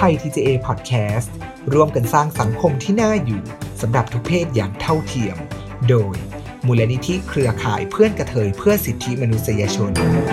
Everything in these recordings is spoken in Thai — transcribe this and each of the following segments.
ย TJA Podcast ร่วมกันสร้างสังคมที่น่าอยู่สำหรับทุกเพศอย่างเท่าเทียมโดยมูลนิธิเครือข่ายเพื่อนกระเทยเพื่อสิทธิมนุษยชน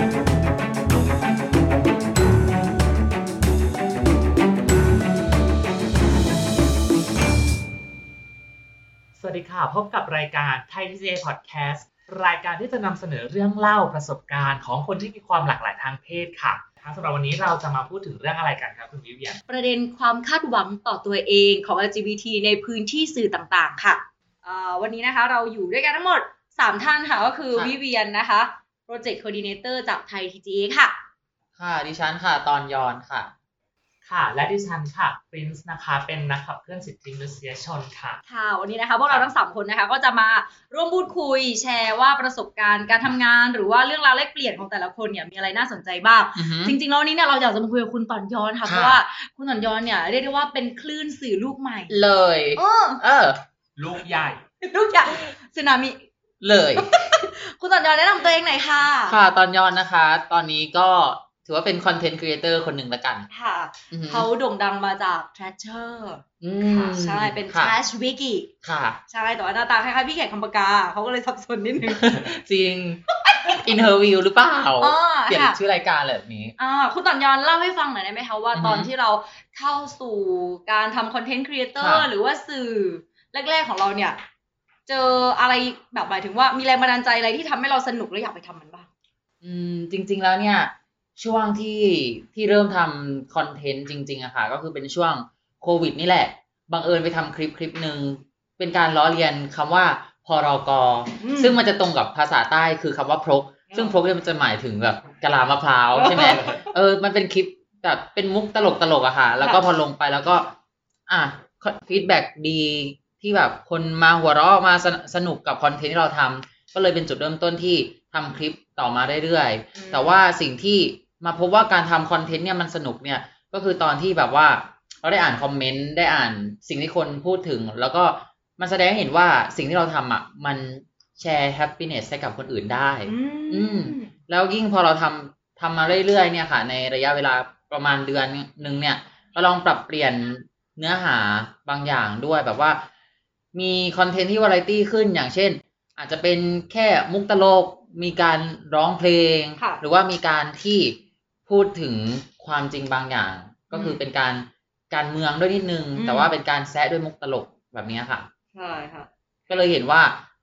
สวัสดีค่ะพบกับรายการไทย TJA Podcast รายการที่จะนำเสนอเรื่องเล่าประสบการณ์ของคนที่มีความหลากหลายทางเพศค่ะสำหรับวันนี้เราจะมาพูดถึงเรื่องอะไรกันครับคุณวิเวียนประเด็นความคาดหวังต่อตัวเองของ LGBT ในพื้นที่สื่อต่างๆค่ะวันนี้นะคะเราอยู่ด้วยกันทั้งหมด3ท่านค่ะก็คือวิเวียนนะคะ Project Coordinator จากไทย TJA ค่ะค่ะดิฉันค่ะตอนยอนค่ะค่ะและดิฉันค่ะปรินซ์นะคะเป็นนักขับเคลื่อนสิทธิมนุษยชนค่ะค่ะวันนี้นะคะพวกเราทั้ง3คนนะคะก็จะมาร่วมพูดคุยแชร์ว่าประสบการณ์การทำงานหรือว่าเรื่องราวแลกเปลี่ยนของแต่ละคนเนี่ยมีอะไรน่าสนใจบ้างจริงๆแล้วนี้เนี่ยเราอยากจะมาคุยกับคุณตอนยอนค่ะเพราะว่าคุณตอนยอนเนี่ยเรียกได้ว่าเป็นคลื่นสื่อลูกใหม่เลยลูกใหญ่สึนามิเลยคุณตอนยอนแนะนำตัวเองหน่อยค่ะค่ะตอนยอนนะคะตอนนี้ก็ถือว่าเป็นคอนเทนต์ครีเอเตอร์คนหนึ่งละกันค่ะเขาโด่งดังมาจาก Thrasher ใช่เป็น Trash Wiki ค่ะใช่แต่ว่าหน้าตาคล้ายๆพี่แขกคำปากาเขาก็เลยสับสนนิดนึงจริง Interview หรือเปล่าเปลี่ยนชื่อรายการแบบนี้คุณตอนยอนเล่าให้ฟังหน่อยได้ไหมคะว่าตอนที่เราเข้าสู่การทำคอนเทนต์ครีเอเตอร์หรือว่าสื่อแรกๆของเราเนี่ยเจออะไรแบบหมายถึงว่ามีแรงบันดาลใจอะไรที่ทำให้เราสนุกและอยากไปทำมันบ้างจริงๆแล้วเนี่ยช่วงที่เริ่มทำคอนเทนต์จริงๆอะค่ะก็คือเป็นช่วงโควิดนี่แหละบังเอิญไปทำคลิปหนึ่งเป็นการล้อเลียนคำว่าพรก.ซึ่งมันจะตรงกับภาษาใต้คือคำว่าพรกซึ่งพรกเนี่ยมันจะหมายถึงแบบกะลามะพร้าวใช่ไหมมันเป็นคลิปแบบเป็นมุกตลกอะค่ะแล้วก็พอลงไปแล้วก็ฟีดแบ็กดีที่แบบคนมาหัวเราะมาสนุกกับคอนเทนต์ที่เราทำก็เลยเป็นจุดเริ่มต้นที่ทำคลิปต่อมาเรื่อยๆแต่ว่าสิ่งที่มาพบว่าการทำคอนเทนต์เนี่ยมันสนุกเนี่ยก็คือตอนที่แบบว่าเราได้อ่านคอมเมนต์ได้อ่านสิ่งที่คนพูดถึงแล้วก็มันแสดงให้เห็นว่าสิ่งที่เราทำมันแชร์แฮปปี้เนสให้กับคนอื่นได้แล้วยิ่งพอเราทำมาเรื่อยๆเนี่ยค่ะในระยะเวลาประมาณเดือนนึงเนี่ยเราลองปรับเปลี่ยนเนื้อหาบางอย่างด้วยแบบว่ามีคอนเทนต์ที่วาไรตี้ขึ้นอย่างเช่นอาจจะเป็นแค่มุกตลกมีการร้องเพลงหรือว่ามีการที่พูดถึงความจริงบางอย่างก็คือเป็นการเมืองด้วยนิดนึงแต่ว่าเป็นการแซะด้วยมุกตลกแบบนี้ค่ะใช่ค่ะก็เลยเห็นว่า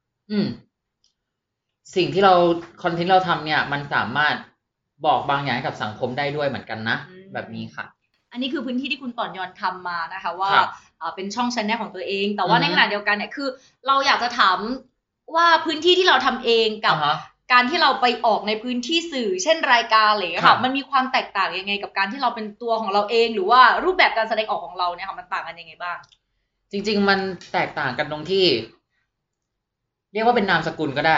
สิ่งที่เราคอนเทนต์เราทำเนี่ยมันสามารถบอกบางอย่างให้กับสังคมได้ด้วยเหมือนกันนะแบบนี้ค่ะอันนี้คือพื้นที่ที่คุณต่อนยอนทำมานะคะว่าเป็นช่องแชนแนลของตัวเองแต่ว่าในขณะเดียวกันเนี่ยคือเราอยากจะถามว่าพื้นที่ที่เราทำเองกับการที่เราไปออกในพื้นที่สื่อเช่นรายการอะไรค่ะมันมีความแตกต่างยังไงกับการที่เราเป็นตัวของเราเองหรือว่ารูปแบบการแสดงออกของเราเนี่ยค่ะมันต่างกันยังไงบ้างจริงๆมันแตกต่างกันตรงที่เรียกว่าเป็นนามสกุลก็ได้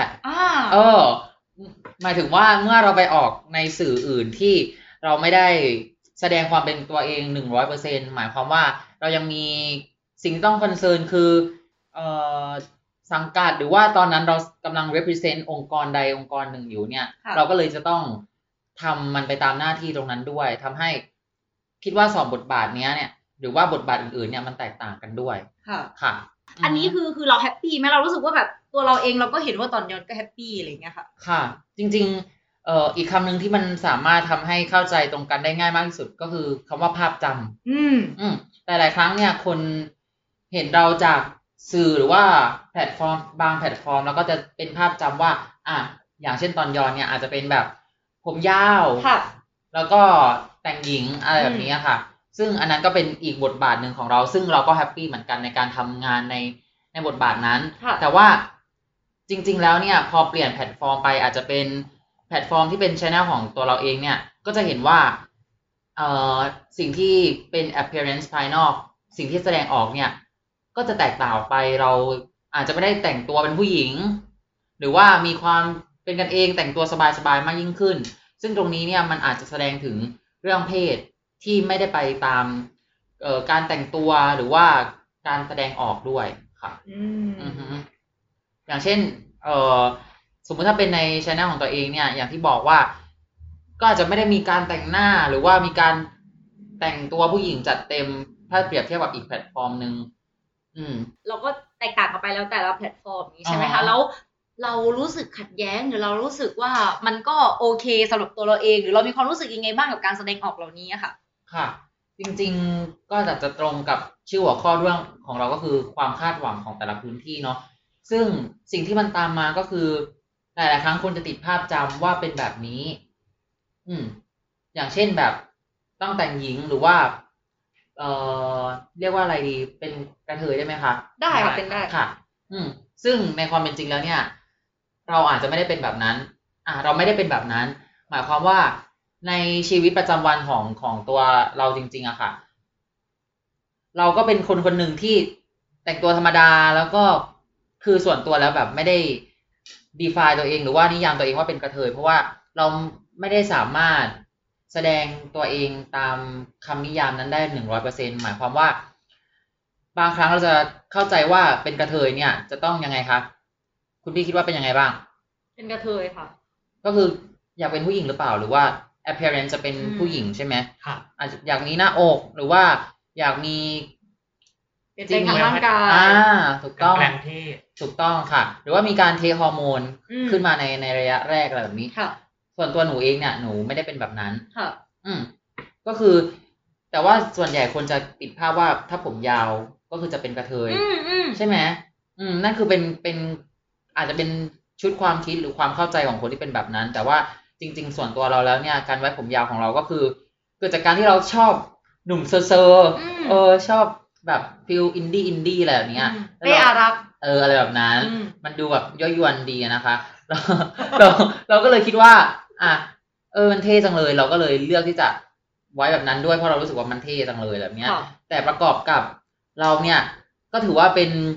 หมายถึงว่าเมื่อเราไปออกในสื่ออื่นที่เราไม่ได้แสดงความเป็นตัวเอง 100% หมายความว่าเรายังมีสิ่งที่ต้องคอนเซิร์นคือสังกัดหรือว่าตอนนั้นเรากำลัง represent องค์กรใดองค์กรหนึ่งอยู่เนี่ยเราก็เลยจะต้องทำมันไปตามหน้าที่ตรงนั้นด้วยทำให้คิดว่าสองบทบาทนี้เนี่ยหรือว่าบทบาทอื่นๆเนี่ยมันแตกต่างกันด้วยค่ะอันนี้คือเราแฮปปี้ไหมเรารู้สึกว่าแบบตัวเราเองเราก็เห็นว่าตอนยอนก็แฮปปี้อะไรอย่างเงี้ยค่ะค่ะจริงๆอีกคำหนึ่งที่มันสามารถทำให้เข้าใจตรงกันได้ง่ายมากที่สุดก็คือคำว่าภาพจำแต่หลายครั้งเนี่ยคนเห็นเราจากสื่อหรือว่าแพลตฟอร์มบางแพลตฟอร์มแล้วก็จะเป็นภาพจำว่าอย่างเช่นตอนยอนเนี่ยอาจจะเป็นแบบผมยาวแล้วก็แต่งหญิงอะไรแบบนี้ค่ะซึ่งอันนั้นก็เป็นอีกบทบาทหนึ่งของเราซึ่งเราก็แฮปปี้เหมือนกันในการทำงานในบทบาทนั้นแต่ว่าจริงๆแล้วเนี่ยพอเปลี่ยนแพลตฟอร์มไปอาจจะเป็นแพลตฟอร์มที่เป็น channel ของตัวเราเองเนี่ยก็จะเห็นว่าสิ่งที่เป็น appearance ภายนอกสิ่งที่แสดงออกเนี่ยก็จะแตกต่างออกไปเราอาจจะไม่ได้แต่งตัวเป็นผู้หญิงหรือว่ามีความเป็นกันเองแต่งตัวสบายๆมากยิ่งขึ้นซึ่งตรงนี้เนี่ยมันอาจจะแสดงถึงเรื่องเพศที่ไม่ได้ไปตามการแต่งตัวหรือว่าการแสดงออกด้วยค่ะอย่างเช่นสมมติถ้าเป็นใน channel ของตัวเองเนี่ยอย่างที่บอกว่าก็อาจจะไม่ได้มีการแต่งหน้าหรือว่ามีการแต่งตัวผู้หญิงจัดเต็มถ้าเปรียบเทียบกับอีกแพลตฟอร์มนึงเราก็แตกต่างกันไปแล้วแต่ละแพลตฟอร์มนี้ใช่ไหมคะแล้วเรารู้สึกขัดแย้งหรือเรารู้สึกว่ามันก็โอเคสำหรับตัวเราเองหรือเรามีความรู้สึกยังไงบ้างกับการแสดงออกเหล่านี้ค่ะค่ะจริงๆก็จะตรงกับชื่อหัวข้อเรื่องของเราก็คือความคาดหวังของแต่ละพื้นที่เนาะซึ่งสิ่งที่มันตามมาก็คือหลายๆครั้งคนจะติดภาพจำว่าเป็นแบบนี้อย่างเช่นแบบต้องแต่งหญิงหรือว่าเรียกว่าอะไรดีเป็นกระเทยได้ไหมคะได้ค่ะเป็นได้ค่ะซึ่งในความเป็นจริงแล้วเนี่ยเราอาจจะไม่ได้เป็นแบบนั้นเราไม่ได้เป็นแบบนั้นหมายความว่าในชีวิตประจำวันของตัวเราจริงๆอะค่ะเราก็เป็นคนคนหนึ่งที่แต่งตัวธรรมดาแล้วก็คือส่วนตัวแล้วแบบไม่ได้ define ตัวเองหรือว่านิยามตัวเองว่าเป็นกระเทยเพราะว่าเราไม่ได้สามารถแสดงตัวเองตามคำนิยามนั้นได้ 100% หมายความว่าบางครั้งเราจะเข้าใจว่าเป็นกระเทยเนี่ยจะต้องยังไงคะคุณพี่คิดว่าเป็นยังไงบ้างเป็นกระเทยค่ะก็คืออยากเป็นผู้หญิงหรือเปล่าหรือว่า appearance จะเป็นผู้หญิงใช่ไหมค่ะอาจจะอยากมีหน้าอกหรือว่าอยากมีเป็นทางร่างกายถูกต้องแปลงเพศถูกต้องค่ะหรือว่ามีการเทฮอร์โมนขึ้นมาในระยะแรกอะไรแบบนี้ค่ะส่วนตัวหนูเองเนี่ยหนูไม่ได้เป็นแบบนั้นค่ะก็คือแต่ว่าส่วนใหญ่คนจะติดภาพว่าถ้าผมยาวก็คือจะเป็นกระเทยใช่ไหมนั่นคือเป็นอาจจะเป็นชุดความคิดหรือความเข้าใจของคนที่เป็นแบบนั้นแต่ว่าจริงๆส่วนตัวเราแล้วเนี่ยการไว้ผมยาวของเราก็คือเกิดจากการที่เราชอบหนุ่มเซอร์ชอบแบบฟิลอินดี้อะไรแบบนี้ไม่อารักอะไรแบบนั้นมันดูแบบย่อยยวนดีนะคะเราก็เลยคิดว่ามันเท่จังเลยเราก็เลยเลือกที่จะไว้แบบนั้นด้วยเพราะเรารู้สึกว่ามันเท่จังเลยแบบนี้แต่ประกอบกับเราเนี่ยก็ถือว่า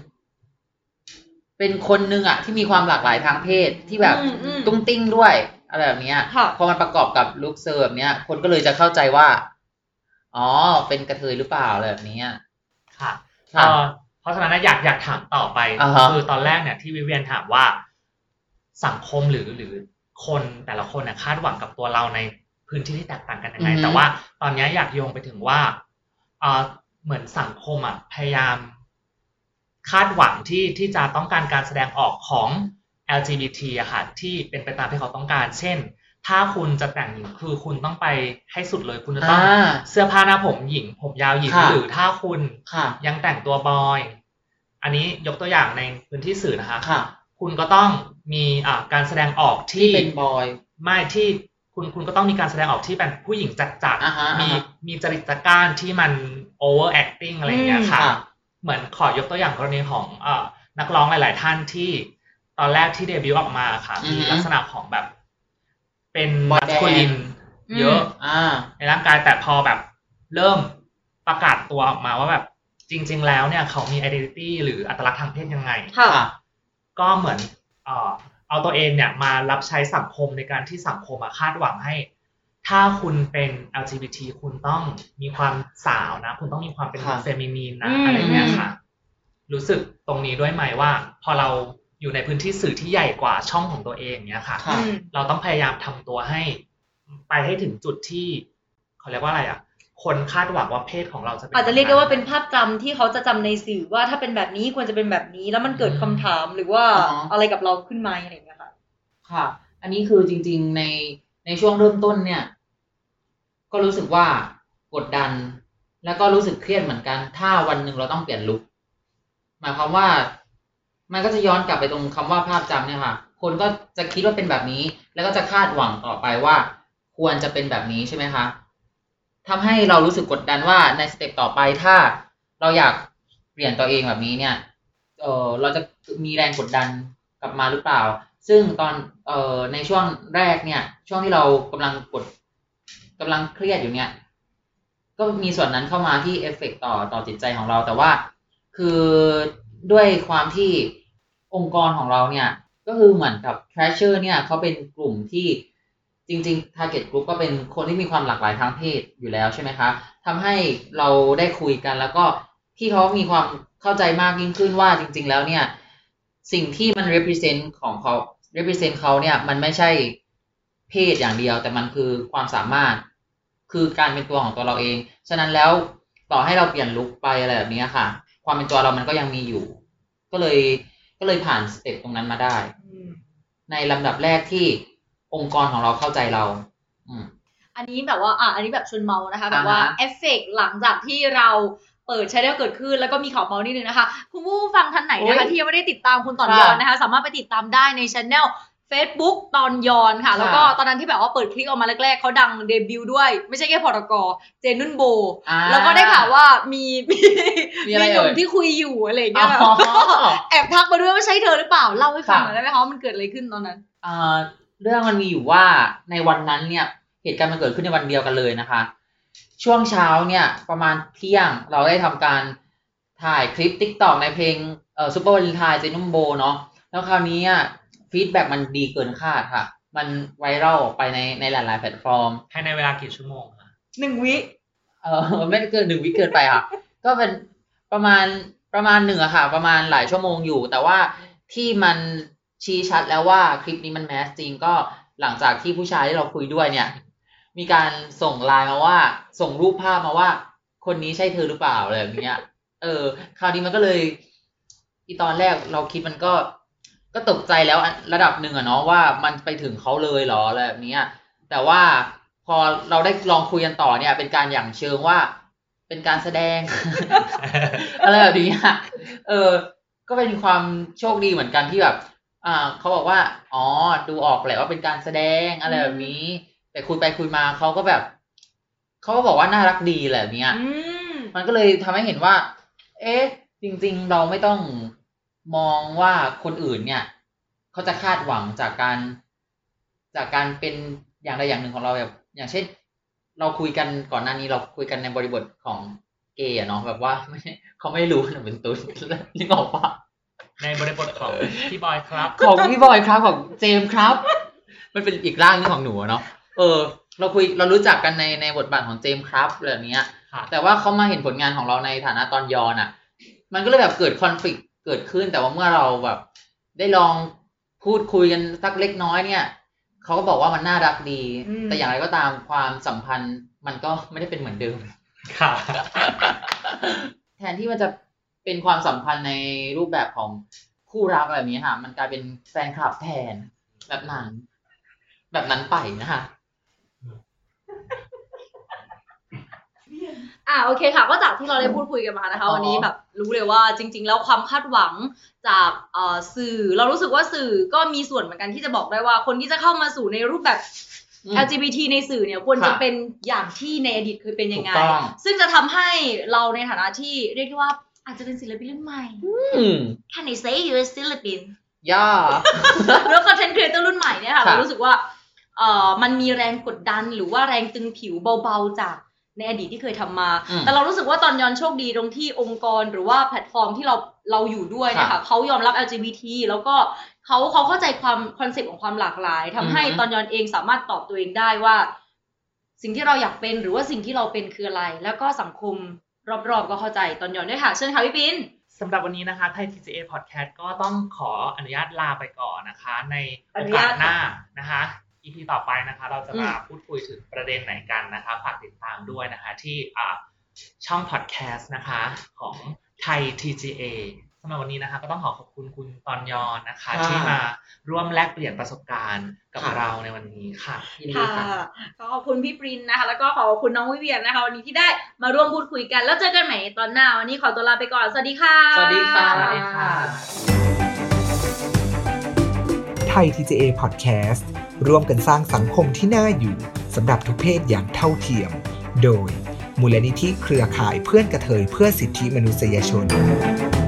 เป็นคนนึงอะที่มีความหลากหลายทางเพศที่แบบตุ้งติ้งด้วยอะไรแบบนี้พอมันประกอบกับลุคเซอร์แบบนี้คนก็เลยจะเข้าใจว่าเป็นกระเทยหรือเปล่าอะไรแบบนี้ค่ะเพราะฉะนั้นอยากถามต่อไปคือตอนแรกเนี่ยที่วิเวียนถามว่าสังคมหรือคนแต่ละคนคาดหวังกับตัวเราในพื้นที่ที่แตกต่างกันยังไงแต่ว่าตอนนี้อยากโยงไปถึงว่าเหมือนสังคมพยายามคาดหวังที่จะต้องการการแสดงออกของ LGBT อะค่ะที่เป็นไปตามที่เขาต้องการเช่นถ้าคุณจะแต่งหญิงคือคุณต้องไปให้สุดเลยคุณจะต้องเสื้อผ้าหน้าผมหญิงผมยาวหญิงหรือถ้าคุณยังแต่งตัวบอยอันนี้ยกตัวอย่างในพื้นที่สื่อนะคะคุณก็ต้องมีการแสดงออกที่เป็นบอยไม่ที่คุณก็ต้องมีการแสดงออกที่เป็นผู้หญิงจัดมีจริตจักรที่มัน over acting อะไรอย่างเงี้ยค่ะเหมือนขอยกตัวอย่างกรณีของนักร้องหลายๆท่านที่ตอนแรกที่เดบิวต์ออกมาค่ะมีลักษณะของแบบเป็นมัสคูลินเยอะในร่างกายแต่พอแบบเริ่มประกาศตัวออกมาว่าแบบจริงๆแล้วเนี่ยเขามี identity หรืออัตลักษณ์ทางเพศยังไงก็เหมือนเอาตัวเองเนี่ยมารับใช้สังคมในการที่สังคมคาดหวังให้ถ้าคุณเป็น LGBT คุณต้องมีความสาวนะคุณต้องมีความเป็นเฟมินีนนะอะไรเงี้ยค่ะรู้สึกตรงนี้ด้วยไหมว่าพอเราอยู่ในพื้นที่สื่อที่ใหญ่กว่าช่องของตัวเองเนี้ยค่ะเราต้องพยายามทำตัวให้ไปให้ถึงจุดที่เขาเรียกว่าอะไรคนคาดหวังว่าเพศของเราจะเป็นอาจจะเรียกได้ว่าเป็นภาพจำที่เขาจะจำในสื่อว่าถ้าเป็นแบบนี้ควรจะเป็นแบบนี้แล้วมันเกิดคำถามหรือว่าอะไรกับเราขึ้นมาอะไรอย่างเงี้ยค่ะค่ะอันนี้คือจริงๆในช่วงเริ่มต้นเนี่ยก็รู้สึกว่ากดดันแล้วก็รู้สึกเครียดเหมือนกันถ้าวันหนึ่งเราต้องเปลี่ยนลุคหมายความว่ามันก็จะย้อนกลับไปตรงคำว่าภาพจำเนี่ยค่ะคนก็จะคิดว่าเป็นแบบนี้แล้วก็จะคาดหวังต่อไปว่าควรจะเป็นแบบนี้ใช่ไหมคะทำให้เรารู้สึกกดดันว่าในสเต็ปต่อไปถ้าเราอยากเปลี่ยนตัวเองแบบนี้เนี่ยเราจะมีแรงกดดันกลับมาหรือเปล่าซึ่งตอนในช่วงแรกเนี่ยช่วงที่เรากำลังเครียดอยู่เนี่ยก็มีส่วนนั้นเข้ามาที่เอฟเฟกต์ต่อจิตใจของเราแต่ว่าคือด้วยความที่องค์กรของเราเนี่ยก็คือเหมือนกับ Treasure เนี่ยเขาเป็นกลุ่มที่จริงๆ target group ก็เป็นคนที่มีความหลากหลายทางเพศอยู่แล้วใช่ไหมคะทำให้เราได้คุยกันแล้วก็ที่เขามีความเข้าใจมากยิ่งขึ้นว่าจริงๆแล้วเนี่ยสิ่งที่มัน represent เขาเนี่ยมันไม่ใช่เพศอย่างเดียวแต่มันคือความสามารถคือการเป็นตัวของตัวเราเองฉะนั้นแล้วต่อให้เราเปลี่ยนลุคไปอะไรแบบนี้ค่ะความเป็นตัวเรามันก็ยังมีอยู่ก็เลยผ่านสเต็ปตรงนั้นมาได้ในลำดับแรกที่องค์กรของเราเข้าใจเราอันนี้แบบว่าอันนี้แบบชวนเมานะคะแบบว่าเอฟเฟกต์หลังจากที่เราเปิดchannelเกิดขึ้นแล้วก็มีข่าวเมานิดนึงนะคะคุณผู้ฟังท่านไหนนะคะที่ยังไม่ได้ติดตามคุณต่อนยอนนะคะสามารถไปติดตามได้ในchannel Facebook ตอนยอนค่ะแล้วก็ตอนนั้นที่แบบว่าเปิดคลิปออกมาแรกๆเขาดังเดบิวต์ด้วยไม่ใช่แค่พรก.เจนนุ่นโบแล้วก็ได้ข่าวว่ามีหนุ่มที่คุยอยู่อะไรอย่างเงี้ยแบบแอบทักมาด้วยว่าใช่เธอหรือเปล่าเล่าให้ฟังหน่อยได้ไหมคะว่ามันเกิดอะไรขึ้นตอนนั้นเรื่องมันมีอยู่ว่าในวันนั้นเนี่ยเหตุการณ์มันเกิดขึ้นในวันเดียวกันเลยนะคะช่วงเช้าเนี่ยประมาณเที่ยงเราได้ทำการถ่ายคลิป TikTok ในเพลงซุปเปอร์วาเลนไทน์เจนนุ่นโบเนาะแล้วคราวนี้ฟีดแบ็กมันดีเกินคาดค่ะมันไวรัลออกไปในหลายๆแพลตฟอร์มภายในเวลากี่ชั่วโมงคะ 1 วิไม่เกิน1 วิเกินไปค่ะก็เป็นประมาณ1อะค่ะประมาณหลายชั่วโมงอยู่แต่ว่าที่มันชี้ชัดแล้วว่าคลิปนี้มันแมสจริงก็หลังจากที่ผู้ชายที่เราคุยด้วยเนี่ยมีการส่งไลน์มาว่าส่งรูปภาพมาว่าคนนี้ใช่เธอหรือเปล่าอะไรแบบนี้คราวนี้มันก็เลยตอนแรกเราคิดมันก็ตกใจแล้วระดับหนึ่งอะเนาะว่ามันไปถึงเขาเลยเหรออะไรแบบนี้แต่ว่าพอเราได้ลองคุยกันต่อเนี่ยเป็นการอย่างเชิงว่าเป็นการแสดง อะไรแบบนี้ก็เป็นความโชคดีเหมือนกันที่แบบเขาบอกว่าอ๋อดูออกแหละว่าเป็นการแสดงอะไรแบบนี้แต่คุยไปคุยมาเขาก็บอกว่าน่ารักดีแหละแบบนี้มันก็เลยทำให้เห็นว่าจริงๆเราไม่ต้องมองว่าคนอื่นเนี่ยเขาจะคาดหวังจากการเป็นอย่างใดอย่างหนึ่งของเราแบบอย่างเช่นเราคุยกันก่อนหน้านี้เราคุยกันในบริบทของเกย์เนาะแบบว่าเขาไม่รู้หนูเป็นตุ๊ดนึกออกปะในบริบทของพี่บอยครับของพี่บอยครับของเจมส์ครับมันเป็นอีกร่างนึงของหนูเนาะเรารู้จักกันในบทบาทของเจมส์ครับแบบนี้แต่ว่าเขามาเห็นผลงานของเราในฐานะตอนยอนมันก็เลยแบบเกิดคอนฟลิกต์เกิดขึ้นแต่ว่าเมื่อเราแบบได้ลองพูดคุยกันสักเล็กน้อยเนี่ยเขาก็บอกว่ามันน่ารักดีแต่อย่างไรก็ตามความสัมพันธ์มันก็ไม่ได้เป็นเหมือนเดิมค่ะแทนที่มันจะเป็นความสัมพันธ์ในรูปแบบของคู่รักแบบนี้ค่ะมันกลายเป็นแฟนคลับแทนแบบนั้นไปนะคะโอเคค่ะก็จากที่เราได้พูดคุยกันมานะคะวันนี้แบบรู้เลยว่าจริงๆแล้วความคาดหวังจากสื่อเรารู้สึกว่าสื่อก็มีส่วนเหมือนกันที่จะบอกได้ว่าคนที่จะเข้ามาสู่ในรูปแบบ LGBT ในสื่อเนี่ยควรจะเป็นอย่างที่ในอดีตเคยเป็นยังไงซึ่งจะทำให้เราในฐานะที่เรียกว่าอาจจะเป็นศิลปินรุ่นใหม่ Can I say you're a ศิลปินแล้วคอนเทนต์ครีเอเตอร์รุ่นใหม่เนี่ยค่ะเรารู้สึกว่ามันมีแรงกดดันหรือว่าแรงตึงผิวเบาๆจากในอดีตที่เคยทำมาแต่เรารู้สึกว่าตอนยอนโชคดีตรงที่องค์กรหรือว่าแพลตฟอร์มที่เราอยู่ด้วยนะคะเขายอมรับ LGBT แล้วก็เขาเข้าใจความคอนเซ็ปต์ของความหลากหลายทำให้ตอนยอนเองสามารถตอบตัวเองได้ว่าสิ่งที่เราอยากเป็นหรือว่าสิ่งที่เราเป็นคืออะไรแล้วก็สังคมรอบๆก็เข้าใจตอนยอนด้วยค่ะเชิญค่ะพี่ปิ่นสำหรับวันนี้นะคะไทย TCA Podcast ก็ต้องขออนุญาตลาไปก่อนนะคะในโอกาสหน้านะคะEP ต่อไปนะคะเราจะมาพูดคุยถึงประเด็นไหนกันนะคะฝากติดตามด้วยนะคะที่ช่อง podcast นะคะของไทย TCA สำหรับวันนี้นะคะก็ต้องขอบคุณคุณตอนยอนนะคะที่มาร่วมแลกเปลี่ยนประสบการณ์กับเราในวันนี้ค่ะขอบคุณพี่ปรินนะคะแล้วก็ขอบคุณน้องวิเวียนนะคะวันนี้ที่ได้มาร่วมพูดคุยกันแล้วเจอกันใหม่ตอนหน้าวันนี้ขอตัวลาไปก่อนสวัสดีค่ะสวัสดีค่ะไทย TCA Podcast ร่วมกันสร้างสังคมที่น่าอยู่สำหรับทุกเพศอย่างเท่าเทียมโดยมูลนิธิเครือข่ายเพื่อนกระเทยเพื่อสิทธิมนุษยชน